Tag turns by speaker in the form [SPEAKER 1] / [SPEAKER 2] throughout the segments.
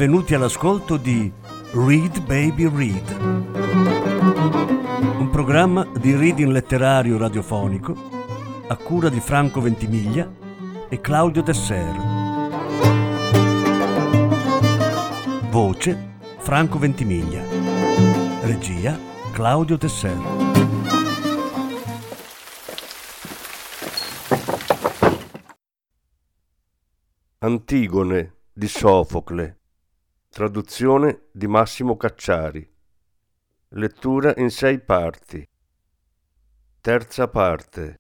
[SPEAKER 1] benvenuti all'ascolto di Read Baby Read, un programma di reading letterario radiofonico a cura di Franco Ventimiglia e Claudio Desser. Voce Franco Ventimiglia. Regia Claudio Desser.
[SPEAKER 2] Antigone di Sofocle. Traduzione di Massimo Cacciari. Lettura in 6 parti. Terza parte.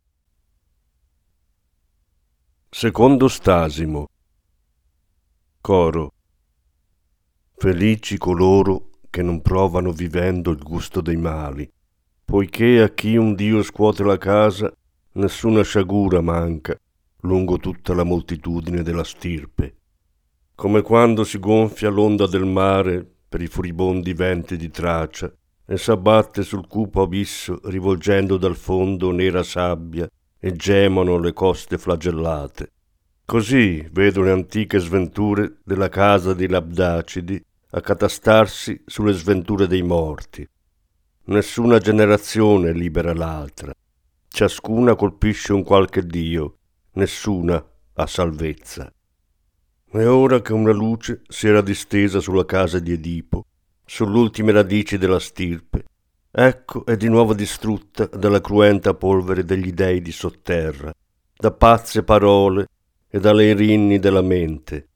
[SPEAKER 2] Secondo stasimo. Coro. Felici coloro che non provano vivendo il gusto dei mali, poiché a chi un Dio scuote la casa, nessuna sciagura manca lungo tutta la moltitudine della stirpe. Come quando si gonfia l'onda del mare per i furibondi venti di Tracia e s'abbatte sul cupo abisso rivolgendo dal fondo nera sabbia e gemono le coste flagellate. Così vedo le antiche sventure della casa dei Labdacidi accatastarsi sulle sventure dei morti. Nessuna generazione libera l'altra, ciascuna colpisce un qualche dio, nessuna ha salvezza. E ora che una luce si era distesa sulla casa di Edipo, sulle ultime radici della stirpe, ecco è di nuovo distrutta dalla cruenta polvere degli dei di sotterra, da pazze parole e dalle irinni della mente.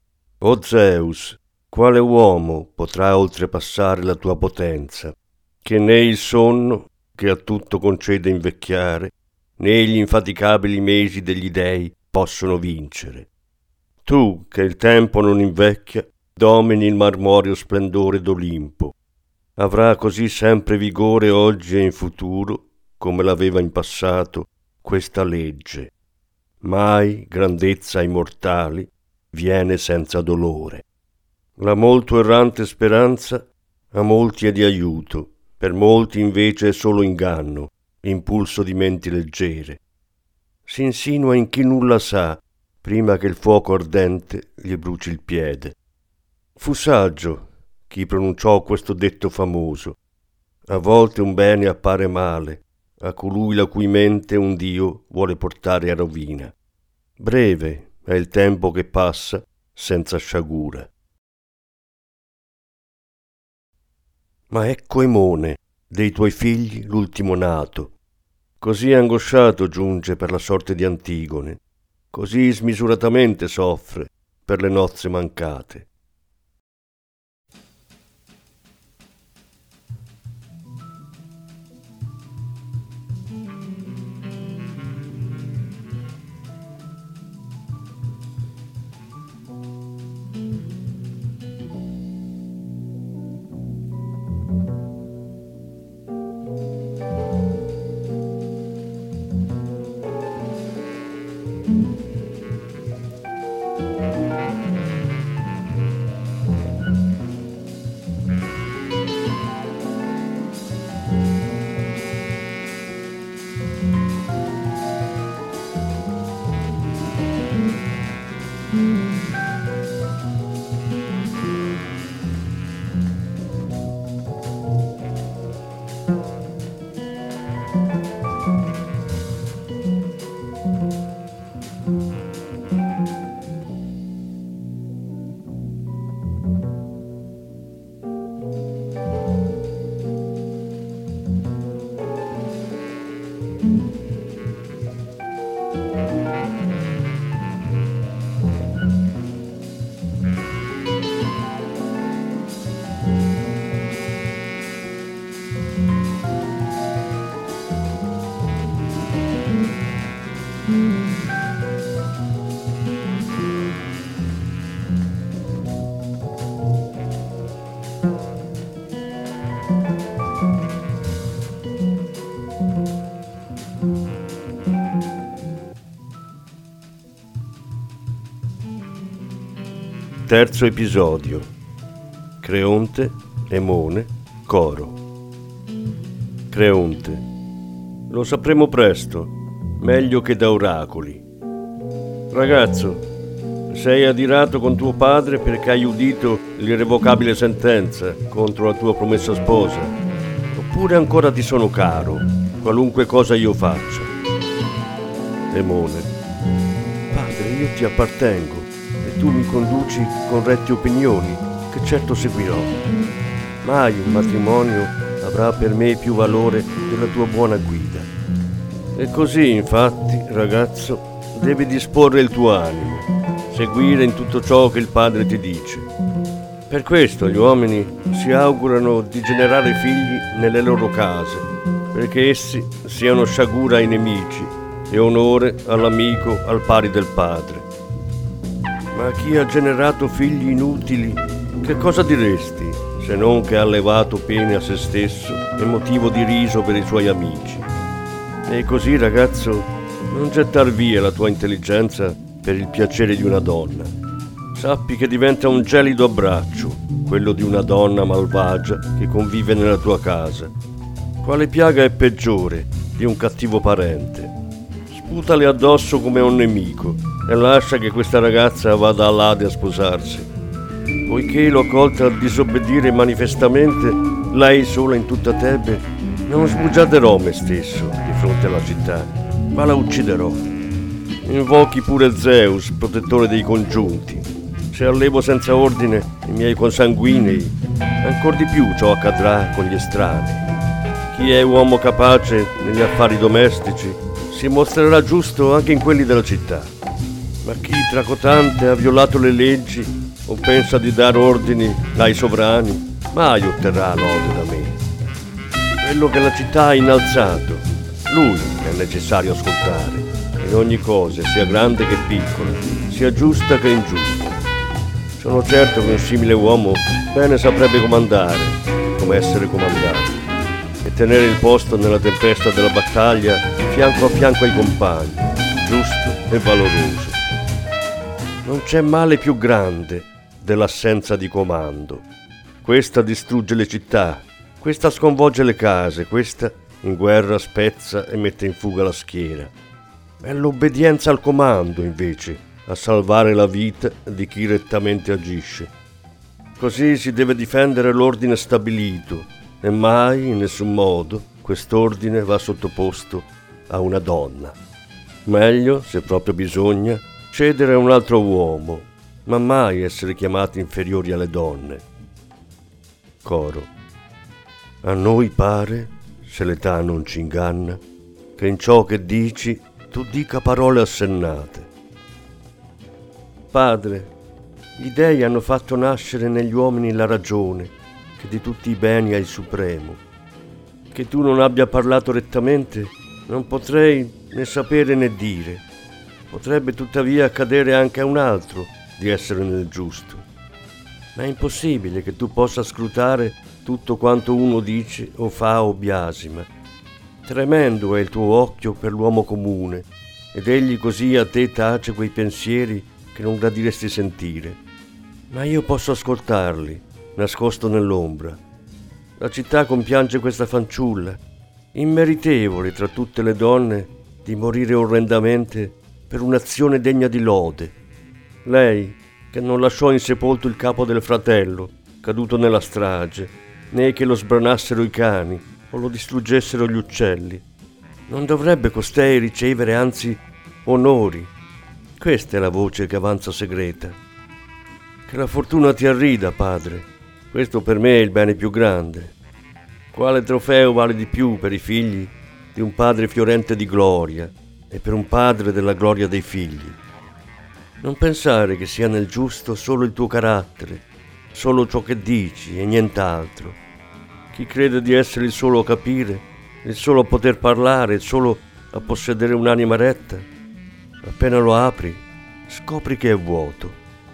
[SPEAKER 2] O Zeus, quale uomo potrà oltrepassare la tua potenza, che né il sonno, che a tutto concede invecchiare, né gli infaticabili mesi degli dei possono vincere. Tu, che il tempo non invecchia, domini il marmoreo splendore d'Olimpo. Avrà così sempre vigore oggi e in futuro, come l'aveva in passato, questa legge. Mai grandezza ai mortali viene senza dolore. La molto errante speranza a molti è di aiuto, per molti invece è solo inganno, impulso di menti leggere. Si insinua in chi nulla sa, prima che il fuoco ardente gli bruci il piede. Fu saggio chi pronunciò questo detto famoso. A volte un bene appare male a colui la cui mente un Dio vuole portare a rovina. Breve è il tempo che passa senza sciagura. Ma ecco Emone, dei tuoi figli l'ultimo nato. Così angosciato giunge per la sorte di Antigone, così smisuratamente soffre per le nozze mancate. Terzo episodio. Creonte, Emone, coro. Creonte. Lo sapremo presto, meglio che da oracoli. Ragazzo, Sei adirato con tuo padre perché hai udito l'irrevocabile sentenza contro la tua promessa sposa? Oppure ancora ti sono caro, qualunque cosa io faccia? Emone: padre, io ti appartengo e tu mi conduci con rette opinioni che certo seguirò. Mai un matrimonio avrà per me più valore della tua buona guida. E così, infatti, ragazzo, devi disporre il tuo animo, seguire in tutto ciò che il padre ti dice. Per questo gli uomini si augurano di generare figli nelle loro case, perché essi siano sciagura ai nemici e onore all'amico al pari del padre. Ma chi ha generato figli inutili, che cosa diresti, se non che ha levato pene a se stesso e motivo di riso per i suoi amici? E così, ragazzo, non gettar via la tua intelligenza per il piacere di una donna. Sappi che diventa un gelido abbraccio, quello di una donna malvagia che convive nella tua casa. Quale piaga è peggiore di un cattivo parente? Sputale addosso come un nemico e lascia che questa ragazza vada all'Ade a sposarsi. Poiché l'ho colta a disobbedire manifestamente, lei sola in tutta Tebe, non sbugiarderò me stesso di fronte alla città, ma la ucciderò. Invochi pure Zeus, protettore dei congiunti. Se allevo senza ordine i miei consanguinei, ancor di più ciò accadrà con gli estranei. Chi è uomo capace negli affari domestici si mostrerà giusto anche in quelli della città. Ma chi tracotante ha violato le leggi o pensa di dar ordini ai sovrani, mai otterrà lode da me. Quello che la città ha innalzato, lui è necessario ascoltare, in ogni cosa, sia grande che piccola, sia giusta che ingiusta. Sono certo che un simile uomo bene saprebbe comandare, come essere comandato, e tenere il posto nella tempesta della battaglia fianco a fianco ai compagni, giusto e valoroso. Non c'è male più grande dell'assenza di comando. Questa distrugge le città, questa sconvolge le case, questa in guerra spezza e mette in fuga la schiera. È l'obbedienza al comando, invece, a salvare la vita di chi rettamente agisce. Così si deve difendere l'ordine stabilito e mai, in nessun modo, quest'ordine va sottoposto a una donna. Meglio, se proprio bisogna, cedere a un altro uomo, ma mai essere chiamati inferiori alle donne. Coro: a noi pare, se l'età non ci inganna, che in ciò che dici tu dica parole assennate. Padre, gli dei hanno fatto nascere negli uomini la ragione, che di tutti i beni è il supremo. Che tu non abbia parlato rettamente, non potrei né sapere né dire. Potrebbe tuttavia accadere anche a un altro di essere nel giusto. Ma è impossibile che tu possa scrutare tutto quanto uno dice o fa o biasima. Tremendo è il tuo occhio per l'uomo comune, ed egli così a te tace quei pensieri che non gradiresti sentire. Ma io posso ascoltarli, nascosto nell'ombra. La città compiange questa fanciulla, immeritevole tra tutte le donne di morire orrendamente per un'azione degna di lode. Lei, che non lasciò insepolto il capo del fratello, caduto nella strage, né che lo sbranassero i cani o lo distruggessero gli uccelli. Non dovrebbe costei ricevere anzi onori? Questa è la voce che avanza segreta. Che la fortuna ti arrida, padre. Questo per me è il bene più grande. Quale trofeo vale di più per i figli di un padre fiorente di gloria e per un padre della gloria dei figli? Non pensare che sia nel giusto solo il tuo carattere, solo ciò che dici e nient'altro. Chi crede di essere il solo a capire, il solo a poter parlare, il solo a possedere un'anima retta, appena lo apri, scopri che è vuoto.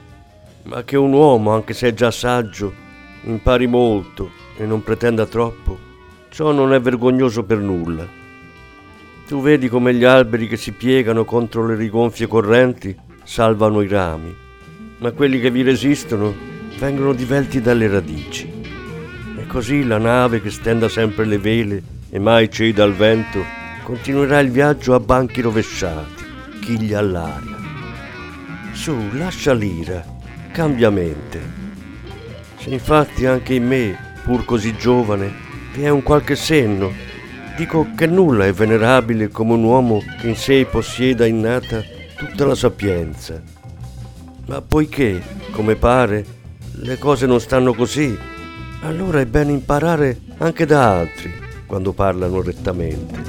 [SPEAKER 2] Ma che un uomo, anche se è già saggio, impari molto e non pretenda troppo, ciò non è vergognoso per nulla. Tu vedi come gli alberi che si piegano contro le rigonfie correnti salvano i rami, ma quelli che vi resistono vengono divelti dalle radici. E così la nave che stenda sempre le vele e mai ceda al vento continuerà il viaggio a banchi rovesciati, chiglia all'aria. Su, lascia l'ira, cambia mente. Se infatti anche in me, pur così giovane, vi è un qualche senno, dico che nulla è venerabile come un uomo che in sé possieda innata tutta la sapienza. Ma poiché, come pare, le cose non stanno così, allora è bene imparare anche da altri quando parlano rettamente.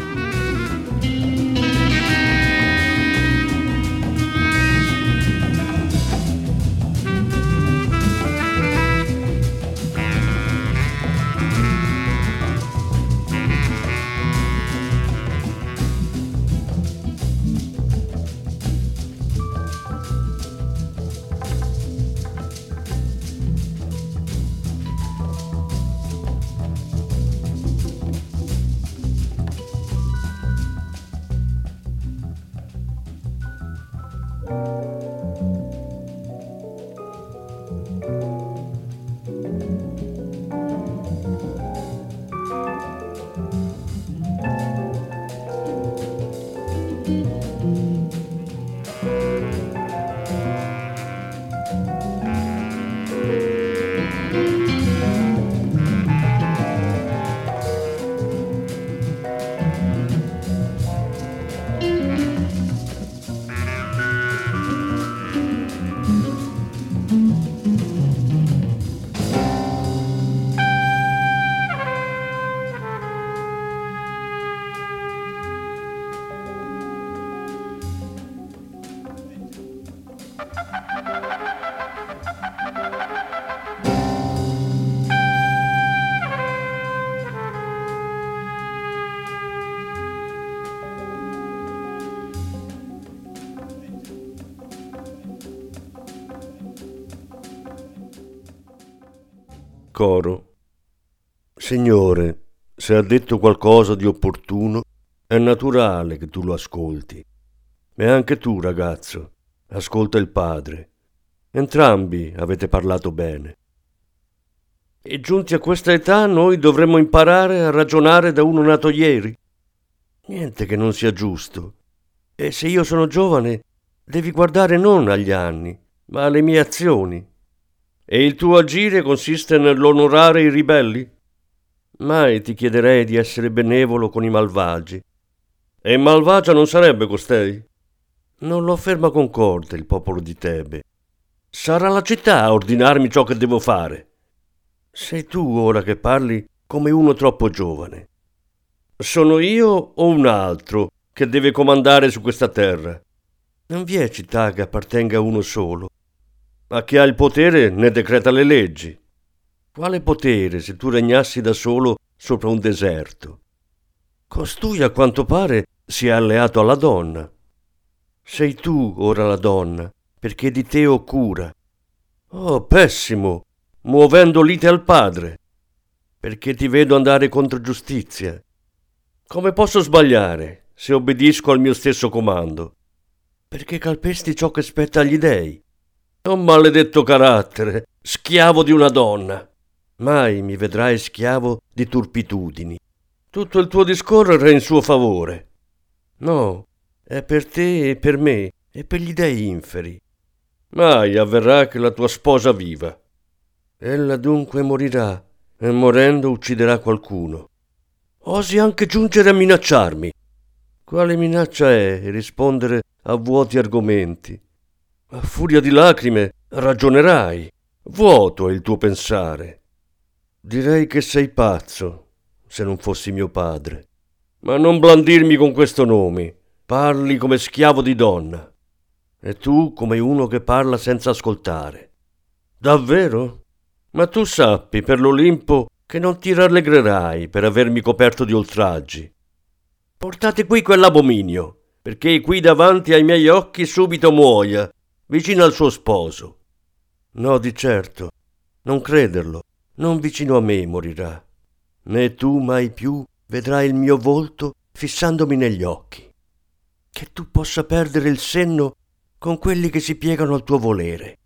[SPEAKER 2] Coro. Signore, se ha detto qualcosa di opportuno, è naturale che tu lo ascolti. E anche tu, ragazzo, ascolta il padre. Entrambi avete parlato bene. E giunti a questa età noi dovremmo imparare a ragionare da uno nato ieri? Niente che non sia giusto. E se io sono giovane, devi guardare non agli anni, ma alle mie azioni. E il tuo agire consiste nell'onorare i ribelli? Mai ti chiederei di essere benevolo con i malvagi. E malvagia non sarebbe costei? Non lo afferma concorde il popolo di Tebe. Sarà la città a ordinarmi ciò che devo fare. Sei tu ora che parli come uno troppo giovane. Sono io o un altro che deve comandare su questa terra? Non vi è città che appartenga a uno solo. A chi ha il potere ne decreta le leggi. Quale potere se tu regnassi da solo sopra un deserto? Costui a quanto pare si è alleato alla donna. Sei tu ora la donna, perché di te ho cura. Oh, pessimo, muovendo lite al padre, perché ti vedo andare contro giustizia. Come posso sbagliare se obbedisco al mio stesso comando? Perché calpesti ciò che spetta agli dèi. Un maledetto carattere, schiavo di una donna. Mai mi vedrai schiavo di turpitudini. Tutto il tuo discorrere è in suo favore. No, è per te e per me e per gli dèi inferi. Mai avverrà che la tua sposa viva. Ella dunque morirà e morendo ucciderà qualcuno. Osi anche giungere a minacciarmi. Quale minaccia è rispondere a vuoti argomenti? A furia di lacrime ragionerai. Vuoto è il tuo pensare. Direi che sei pazzo, se non fossi mio padre. Ma non blandirmi con questo nome. Parli come schiavo di donna. E tu come uno che parla senza ascoltare. Davvero? Ma tu sappi per l'Olimpo che non ti rallegrerai per avermi coperto di oltraggi. Portate qui quell'abominio, perché qui davanti ai miei occhi subito muoia, vicino al suo sposo. No, di certo, non crederlo, non vicino a me morirà. Né tu mai più vedrai il mio volto fissandomi negli occhi. Che tu possa perdere il senno con quelli che si piegano al tuo volere.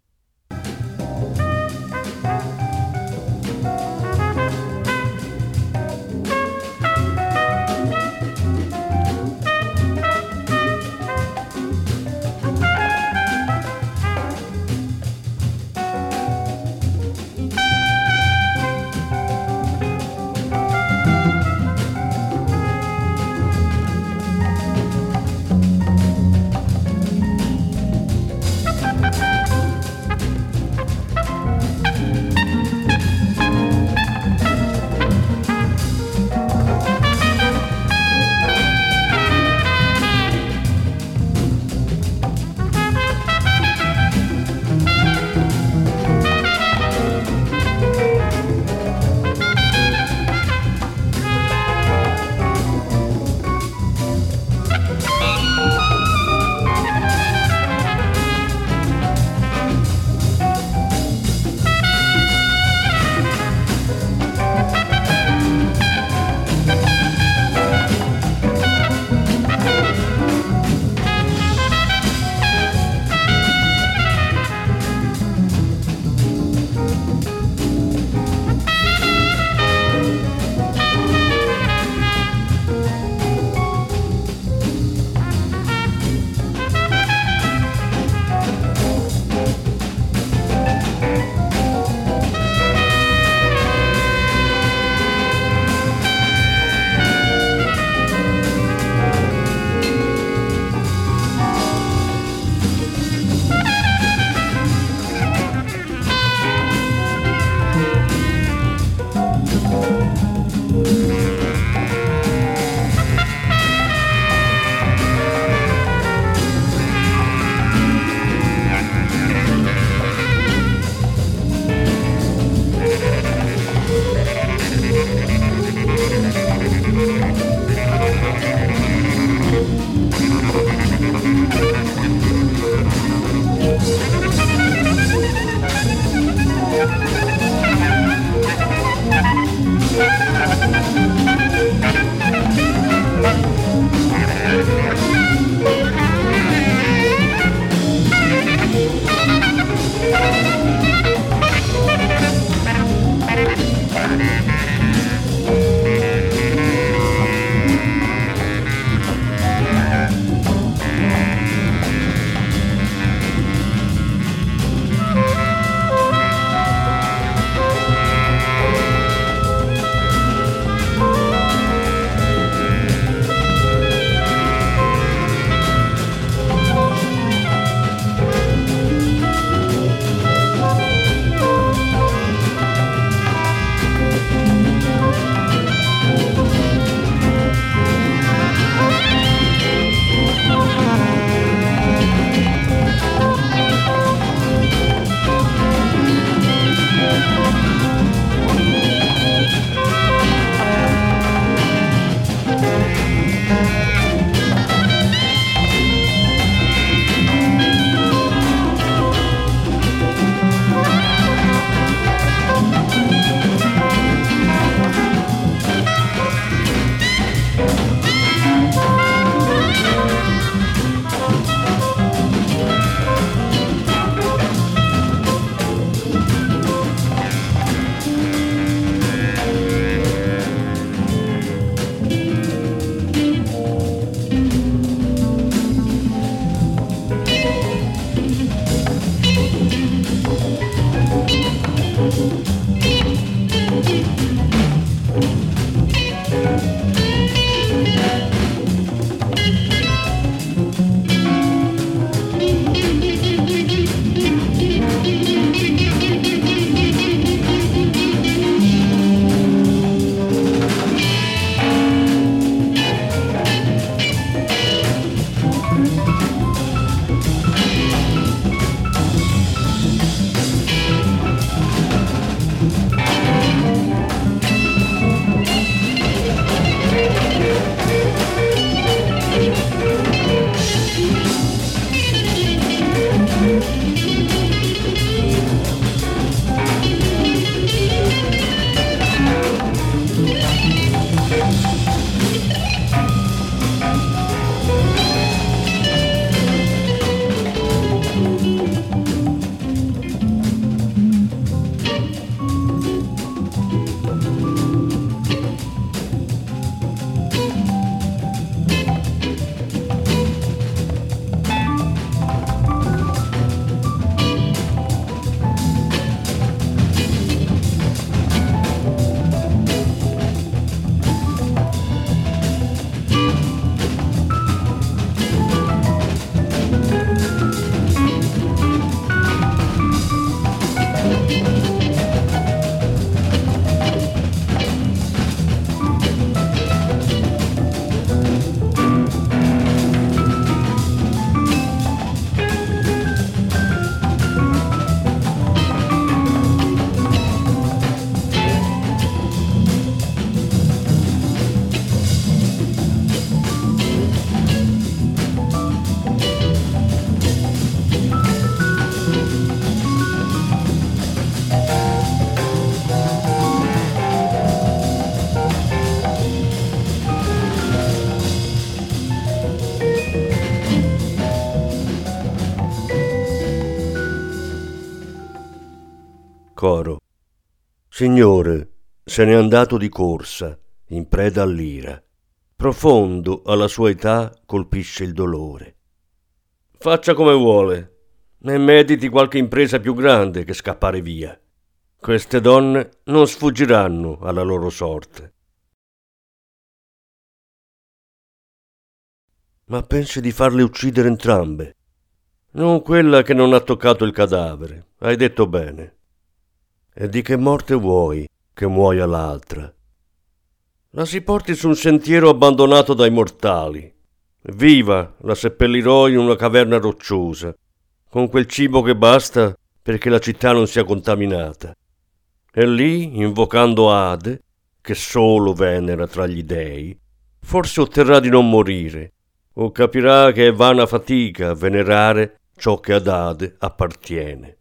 [SPEAKER 2] Coro. Signore, se n'è andato di corsa, in preda all'ira. Profondo alla sua età colpisce il dolore. Faccia come vuole e mediti qualche impresa più grande che scappare via. Queste donne non sfuggiranno alla loro sorte. Ma pensi di farle uccidere entrambe? Non quella che non ha toccato il cadavere, hai detto bene. E di che morte vuoi che muoia l'altra? La si porti su un sentiero abbandonato dai mortali. Viva la seppellirò in una caverna rocciosa, con quel cibo che basta perché la città non sia contaminata. E lì, invocando Ade, che solo venera tra gli dei, forse otterrà di non morire, o capirà che è vana fatica venerare ciò che ad Ade appartiene.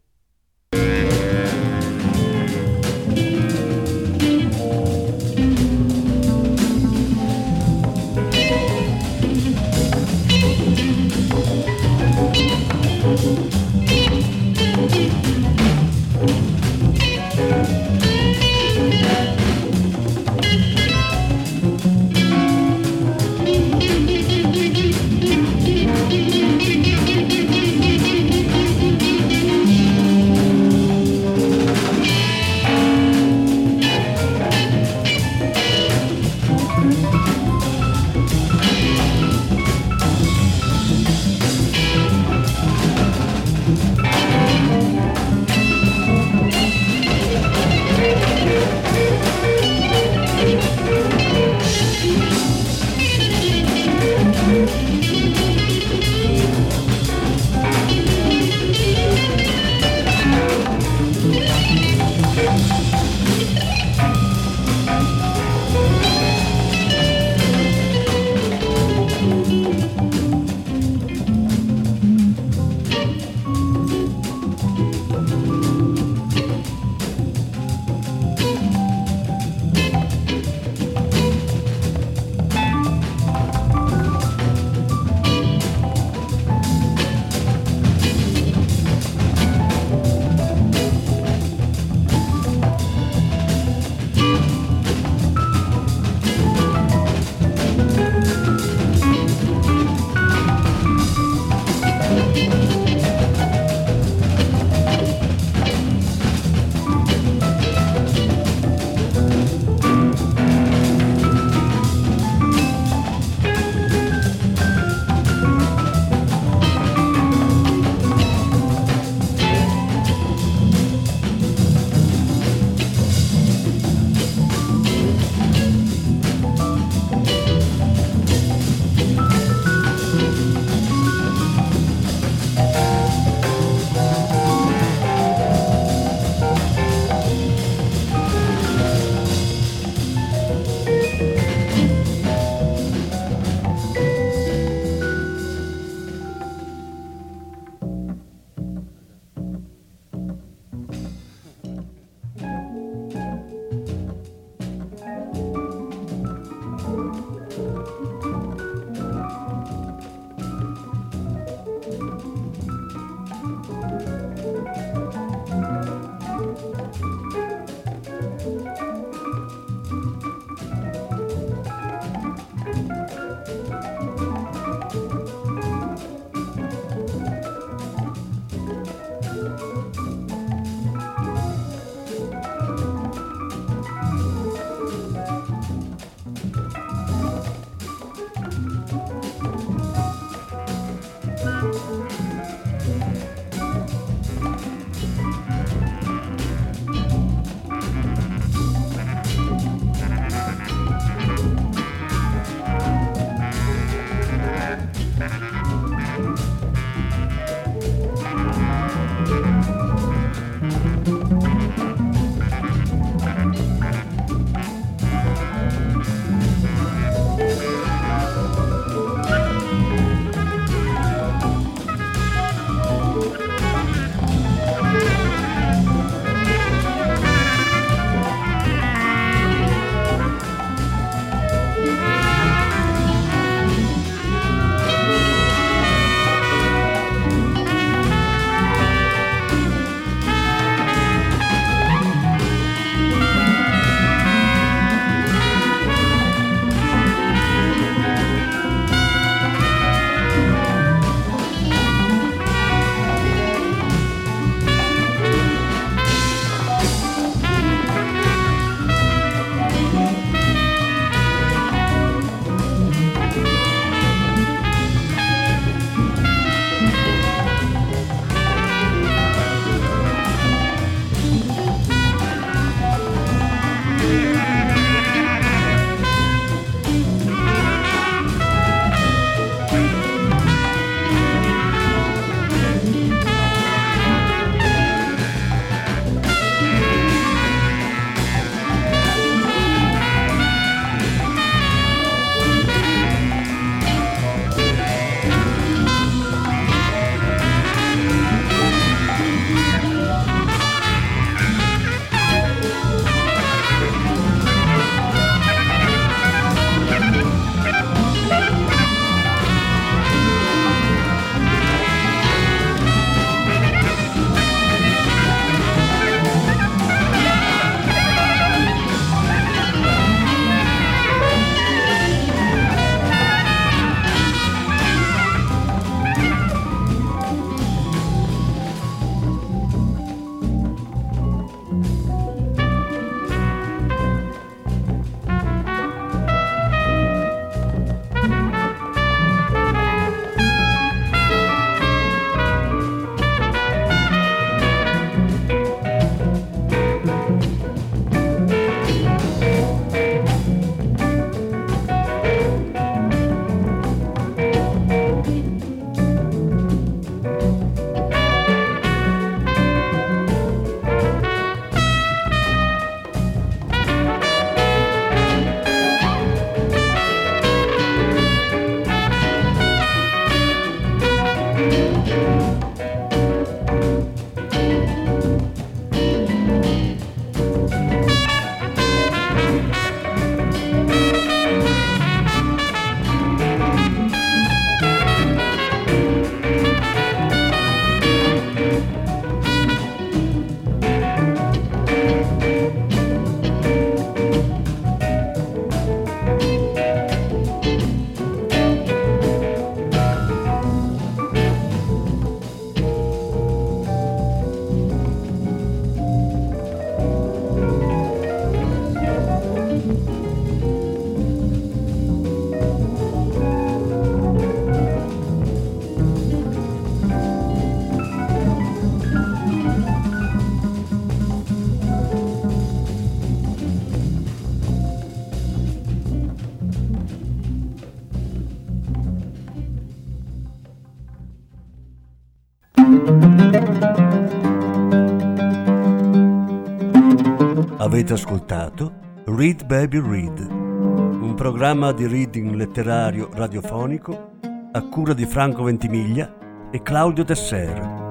[SPEAKER 1] Avete ascoltato Read Baby Read, un programma di reading letterario radiofonico a cura di Franco Ventimiglia e Claudio Tesser.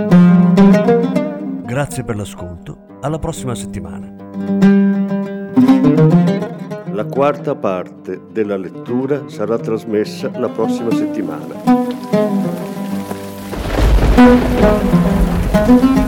[SPEAKER 1] Grazie per l'ascolto, alla prossima settimana.
[SPEAKER 2] La quarta parte della lettura sarà trasmessa la prossima settimana.